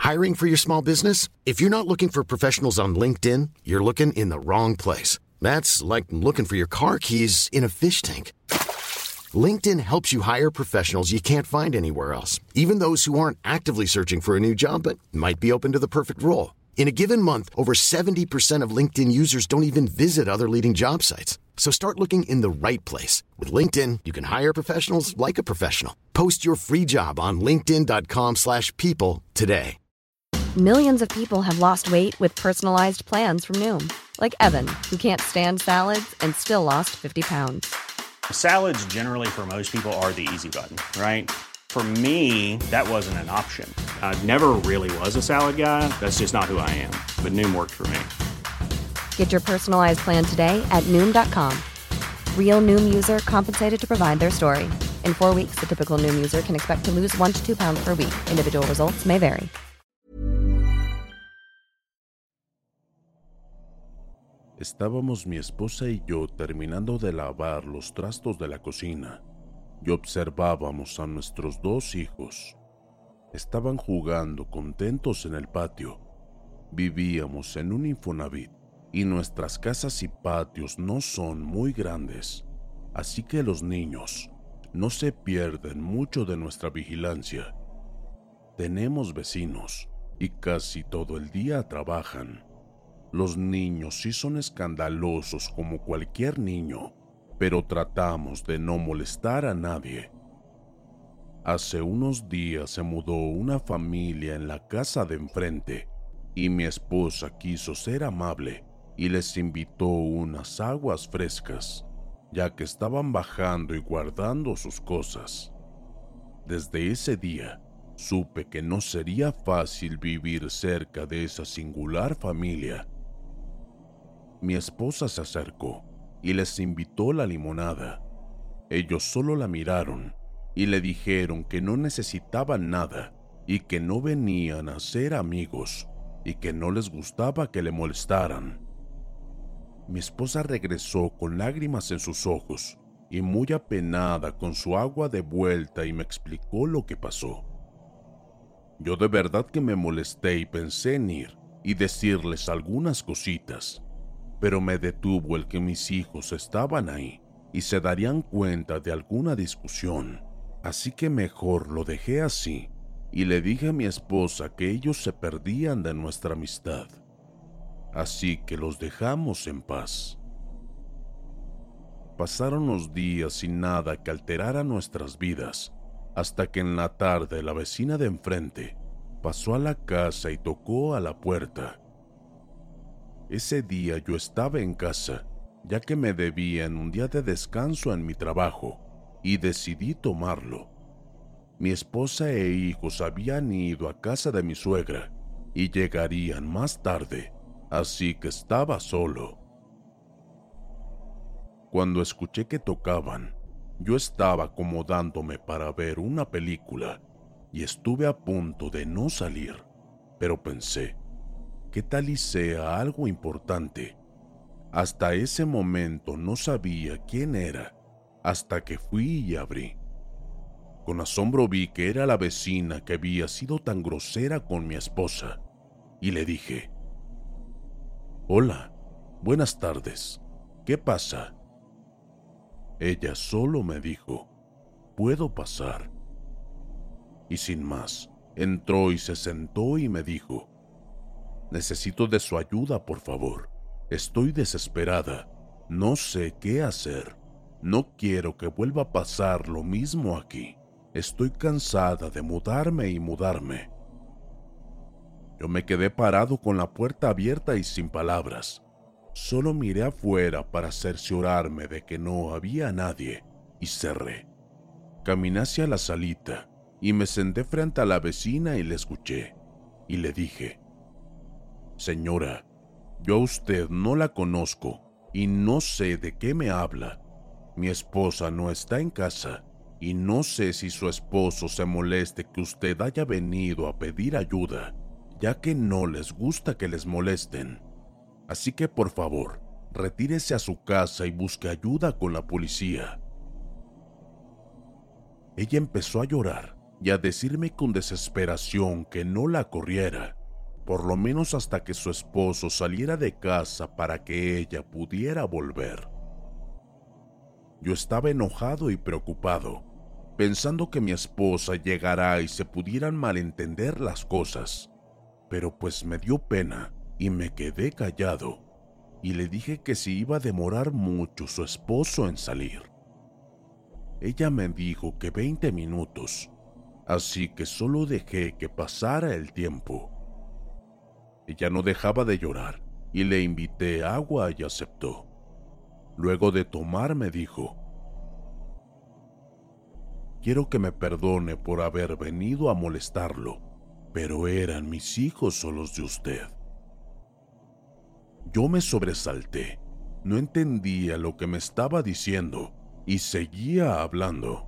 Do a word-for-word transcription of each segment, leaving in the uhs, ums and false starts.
Hiring for your small business? If you're not looking for professionals on LinkedIn, you're looking in the wrong place. That's like looking for your car keys in a fish tank. LinkedIn helps you hire professionals you can't find anywhere else, even those who aren't actively searching for a new job but might be open to the perfect role. In a given month, over seventy percent of LinkedIn users don't even visit other leading job sites. So start looking in the right place. With LinkedIn, you can hire professionals like a professional. Post your free job on linkedin dot com slash people today. Millions of people have lost weight with personalized plans from Noom. Like Evan, who can't stand salads and still lost fifty pounds. Salads generally for most people are the easy button, right? For me, that wasn't an option. I never really was a salad guy. That's just not who I am. But Noom worked for me. Get your personalized plan today at Noom dot com. Real Noom user compensated to provide their story. In four weeks, the typical Noom user can expect to lose one to two pounds per week. Individual results may vary. Estábamos mi esposa y yo terminando de lavar los trastos de la cocina y observábamos a nuestros dos hijos. Estaban jugando contentos en el patio. Vivíamos en un Infonavit y nuestras casas y patios no son muy grandes, así que los niños no se pierden mucho de nuestra vigilancia. Tenemos vecinos y casi todo el día trabajan. Los niños sí son escandalosos como cualquier niño, pero tratamos de no molestar a nadie. Hace unos días se mudó una familia en la casa de enfrente y mi esposa quiso ser amable y les invitó unas aguas frescas, ya que estaban bajando y guardando sus cosas. Desde ese día, supe que no sería fácil vivir cerca de esa singular familia. Mi esposa se acercó y les invitó la limonada. Ellos solo la miraron y le dijeron que no necesitaban nada y que no venían a ser amigos y que no les gustaba que le molestaran. Mi esposa regresó con lágrimas en sus ojos y muy apenada con su agua de vuelta y me explicó lo que pasó. Yo de verdad que me molesté y pensé en ir y decirles algunas cositas, pero me detuvo el que mis hijos estaban ahí y se darían cuenta de alguna discusión, así que mejor lo dejé así y le dije a mi esposa que ellos se perdían de nuestra amistad, así que los dejamos en paz. Pasaron los días sin nada que alterara nuestras vidas, hasta que en la tarde la vecina de enfrente pasó a la casa y tocó a la puerta. Ese día yo estaba en casa, ya que me debían un día de descanso en mi trabajo, y decidí tomarlo. Mi esposa e hijos habían ido a casa de mi suegra, y llegarían más tarde, así que estaba solo. Cuando escuché que tocaban, yo estaba acomodándome para ver una película, y estuve a punto de no salir, pero pensé, ¿qué tal y sea algo importante? Hasta ese momento no sabía quién era, hasta que fui y abrí. Con asombro vi que era la vecina que había sido tan grosera con mi esposa, y le dije, «Hola, buenas tardes, ¿qué pasa?» Ella solo me dijo, «¿Puedo pasar?» Y sin más, entró y se sentó y me dijo, «Necesito de su ayuda, por favor. Estoy desesperada. No sé qué hacer. No quiero que vuelva a pasar lo mismo aquí. Estoy cansada de mudarme y mudarme». Yo me quedé parado con la puerta abierta y sin palabras. Solo miré afuera para cerciorarme de que no había nadie y cerré. Caminé hacia la salita y me senté frente a la vecina y le escuché. Y le dije, «Señora, yo a usted no la conozco y no sé de qué me habla. Mi esposa no está en casa y no sé si su esposo se moleste que usted haya venido a pedir ayuda, ya que no les gusta que les molesten. Así que por favor, retírese a su casa y busque ayuda con la policía». Ella empezó a llorar y a decirme con desesperación que no la corriera, por lo menos hasta que su esposo saliera de casa para que ella pudiera volver. Yo estaba enojado y preocupado, pensando que mi esposa llegará y se pudieran malentender las cosas, pero pues me dio pena y me quedé callado y le dije que si iba a demorar mucho su esposo en salir. Ella me dijo que veinte minutos, así que solo dejé que pasara el tiempo. Ella no dejaba de llorar y le invité agua y aceptó. Luego de tomar me dijo: quiero que me perdone por haber venido a molestarlo, pero eran mis hijos o los de usted. Yo me sobresalté, no entendía lo que me estaba diciendo y seguía hablando.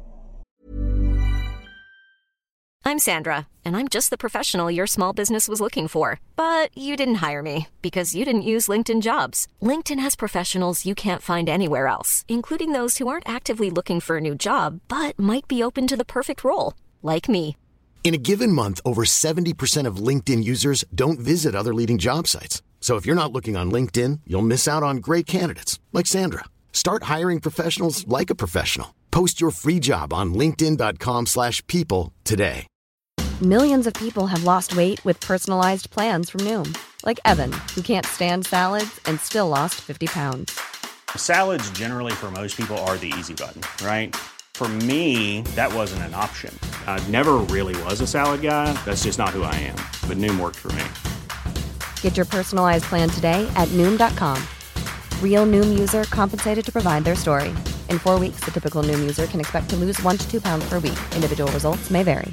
I'm Sandra, and I'm just the professional your small business was looking for. But you didn't hire me because you didn't use LinkedIn Jobs. LinkedIn has professionals you can't find anywhere else, including those who aren't actively looking for a new job, but might be open to the perfect role, like me. In a given month, over seventy percent of LinkedIn users don't visit other leading job sites. So if you're not looking on LinkedIn, you'll miss out on great candidates like Sandra. Start hiring professionals like a professional. Post your free job on linkedin dot com slash people today. Millions of people have lost weight with personalized plans from Noom, like Evan, who can't stand salads and still lost fifty pounds. Salads generally for most people are the easy button, right? For me, that wasn't an option. I never really was a salad guy. That's just not who I am. But Noom worked for me. Get your personalized plan today at Noom dot com. Real Noom user compensated to provide their story. In four weeks, the typical Noom user can expect to lose one to two pounds per week. Individual results may vary.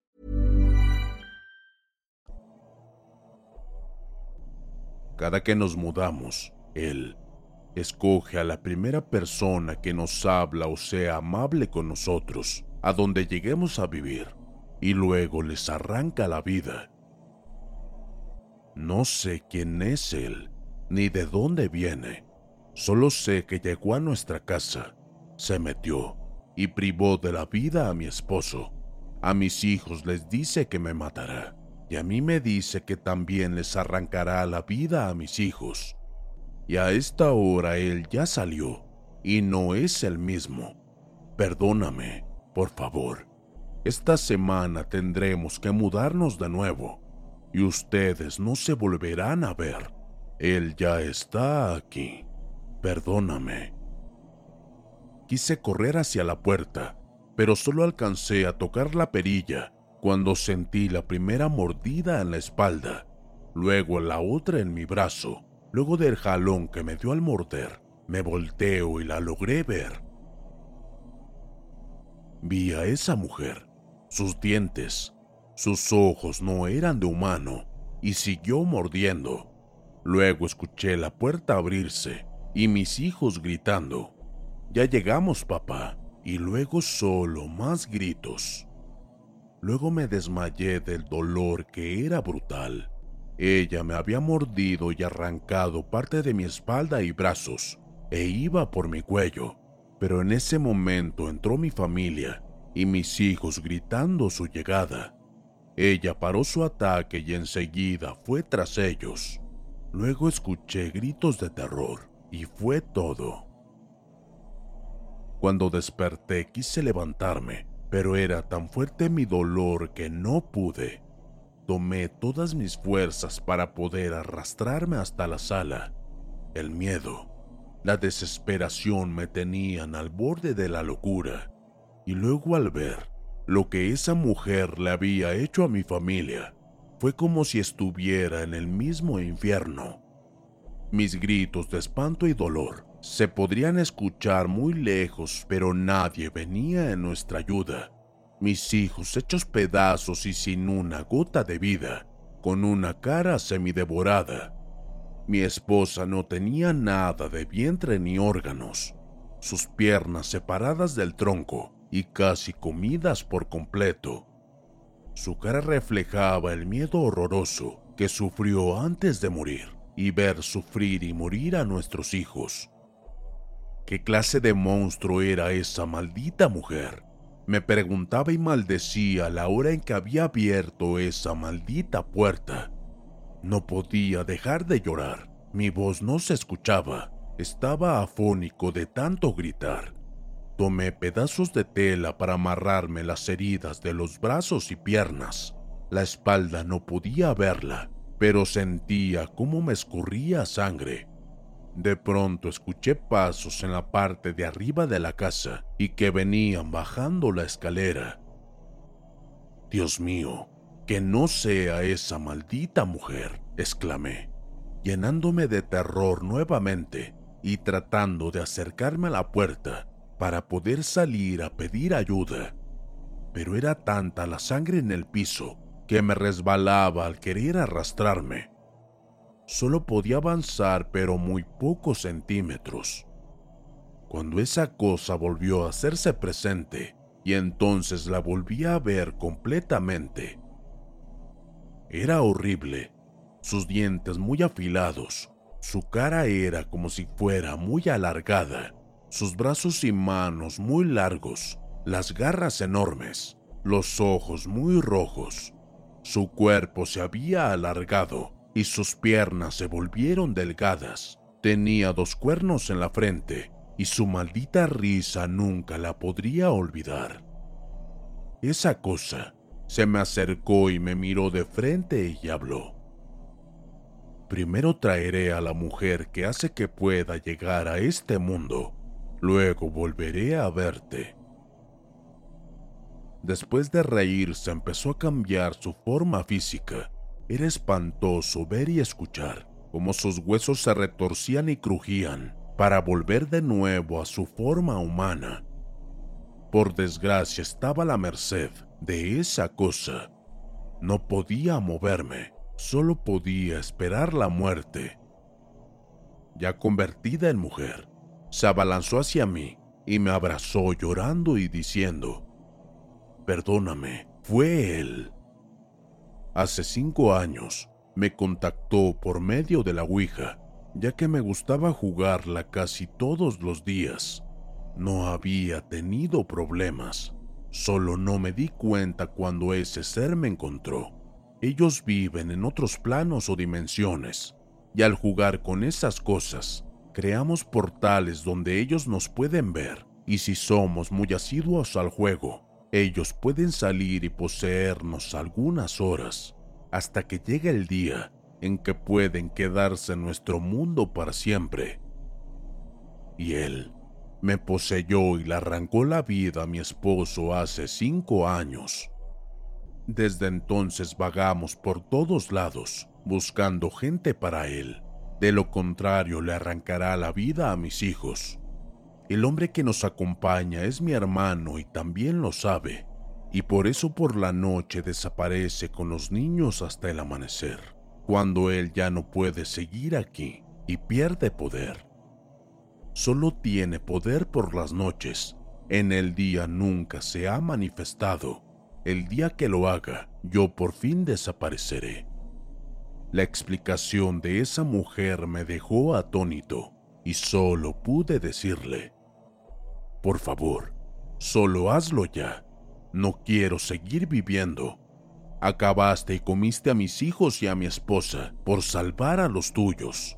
Cada que nos mudamos, él escoge a la primera persona que nos habla o sea amable con nosotros, a donde lleguemos a vivir, y luego les arranca la vida. No sé quién es él, ni de dónde viene. Solo sé que llegó a nuestra casa, se metió y privó de la vida a mi esposo. A mis hijos les dice que me matará, y a mí me dice que también les arrancará la vida a mis hijos. Y a esta hora él ya salió, y no es el mismo. Perdóname, por favor. Esta semana tendremos que mudarnos de nuevo, y ustedes no se volverán a ver. Él ya está aquí. Perdóname. Quise correr hacia la puerta, pero solo alcancé a tocar la perilla cuando sentí la primera mordida en la espalda, luego la otra en mi brazo. Luego del jalón que me dio al morder, me volteo y la logré ver. Vi a esa mujer, sus dientes, sus ojos no eran de humano, y siguió mordiendo. Luego escuché la puerta abrirse y mis hijos gritando: «Ya llegamos, papá», y luego solo más gritos. Luego me desmayé del dolor que era brutal. Ella me había mordido y arrancado parte de mi espalda y brazos, e iba por mi cuello, pero en ese momento entró mi familia y mis hijos gritando su llegada. Ella paró su ataque y enseguida fue tras ellos. Luego escuché gritos de terror y fue todo. Cuando desperté quise levantarme, pero era tan fuerte mi dolor que no pude. Tomé todas mis fuerzas para poder arrastrarme hasta la sala. El miedo, la desesperación me tenían al borde de la locura. Y luego al ver lo que esa mujer le había hecho a mi familia, fue como si estuviera en el mismo infierno. Mis gritos de espanto y dolor se podrían escuchar muy lejos, pero nadie venía en nuestra ayuda. Mis hijos hechos pedazos y sin una gota de vida, con una cara semidevorada. Mi esposa no tenía nada de vientre ni órganos, sus piernas separadas del tronco y casi comidas por completo. Su cara reflejaba el miedo horroroso que sufrió antes de morir y ver sufrir y morir a nuestros hijos. ¿Qué clase de monstruo era esa maldita mujer? Me preguntaba y maldecía la hora en que había abierto esa maldita puerta. No podía dejar de llorar. Mi voz no se escuchaba. Estaba afónico de tanto gritar. Tomé pedazos de tela para amarrarme las heridas de los brazos y piernas. La espalda no podía verla, pero sentía cómo me escurría sangre. De pronto escuché pasos en la parte de arriba de la casa y que venían bajando la escalera. Dios mío, que no sea esa maldita mujer, exclamé, llenándome de terror nuevamente y tratando de acercarme a la puerta para poder salir a pedir ayuda. Pero era tanta la sangre en el piso que me resbalaba al querer arrastrarme. Solo podía avanzar, pero muy pocos centímetros, cuando esa cosa volvió a hacerse presente, y entonces la volví a ver completamente. Era horrible, sus dientes muy afilados, su cara era como si fuera muy alargada, sus brazos y manos muy largos, las garras enormes, los ojos muy rojos. Su cuerpo se había alargado y sus piernas se volvieron delgadas. Tenía dos cuernos en la frente y su maldita risa nunca la podría olvidar. Esa cosa se me acercó y me miró de frente y habló. Primero traeré a la mujer que hace que pueda llegar a este mundo, luego volveré a verte. Después de reírse empezó a cambiar su forma física. Era espantoso ver y escuchar cómo sus huesos se retorcían y crujían para volver de nuevo a su forma humana. Por desgracia estaba a la merced de esa cosa. No podía moverme, solo podía esperar la muerte. Ya convertida en mujer, se abalanzó hacia mí y me abrazó llorando y diciendo: «Perdóname, fue él». Hace cinco años me contactó por medio de la Ouija, ya que me gustaba jugarla casi todos los días. No había tenido problemas, solo no me di cuenta cuando ese ser me encontró. Ellos viven en otros planos o dimensiones, y al jugar con esas cosas, creamos portales donde ellos nos pueden ver, y si somos muy asiduos al juego, ellos pueden salir y poseernos algunas horas, hasta que llegue el día en que pueden quedarse en nuestro mundo para siempre. Y él me poseyó y le arrancó la vida a mi esposo hace cinco años. Desde entonces vagamos por todos lados, buscando gente para él. De lo contrario, le arrancará la vida a mis hijos. El hombre que nos acompaña es mi hermano y también lo sabe, y por eso por la noche desaparece con los niños hasta el amanecer, cuando él ya no puede seguir aquí y pierde poder. Solo tiene poder por las noches, en el día nunca se ha manifestado. El día que lo haga, yo por fin desapareceré. La explicación de esa mujer me dejó atónito, y solo pude decirle: «Por favor, solo hazlo ya. No quiero seguir viviendo. Acabaste y comiste a mis hijos y a mi esposa por salvar a los tuyos.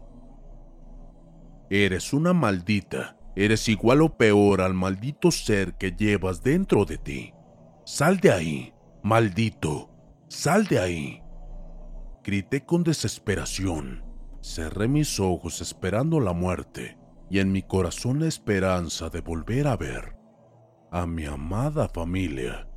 Eres una maldita. Eres igual o peor al maldito ser que llevas dentro de ti. Sal de ahí, maldito. Sal de ahí». Grité con desesperación. Cerré mis ojos esperando la muerte y en mi corazón la esperanza de volver a ver a mi amada familia.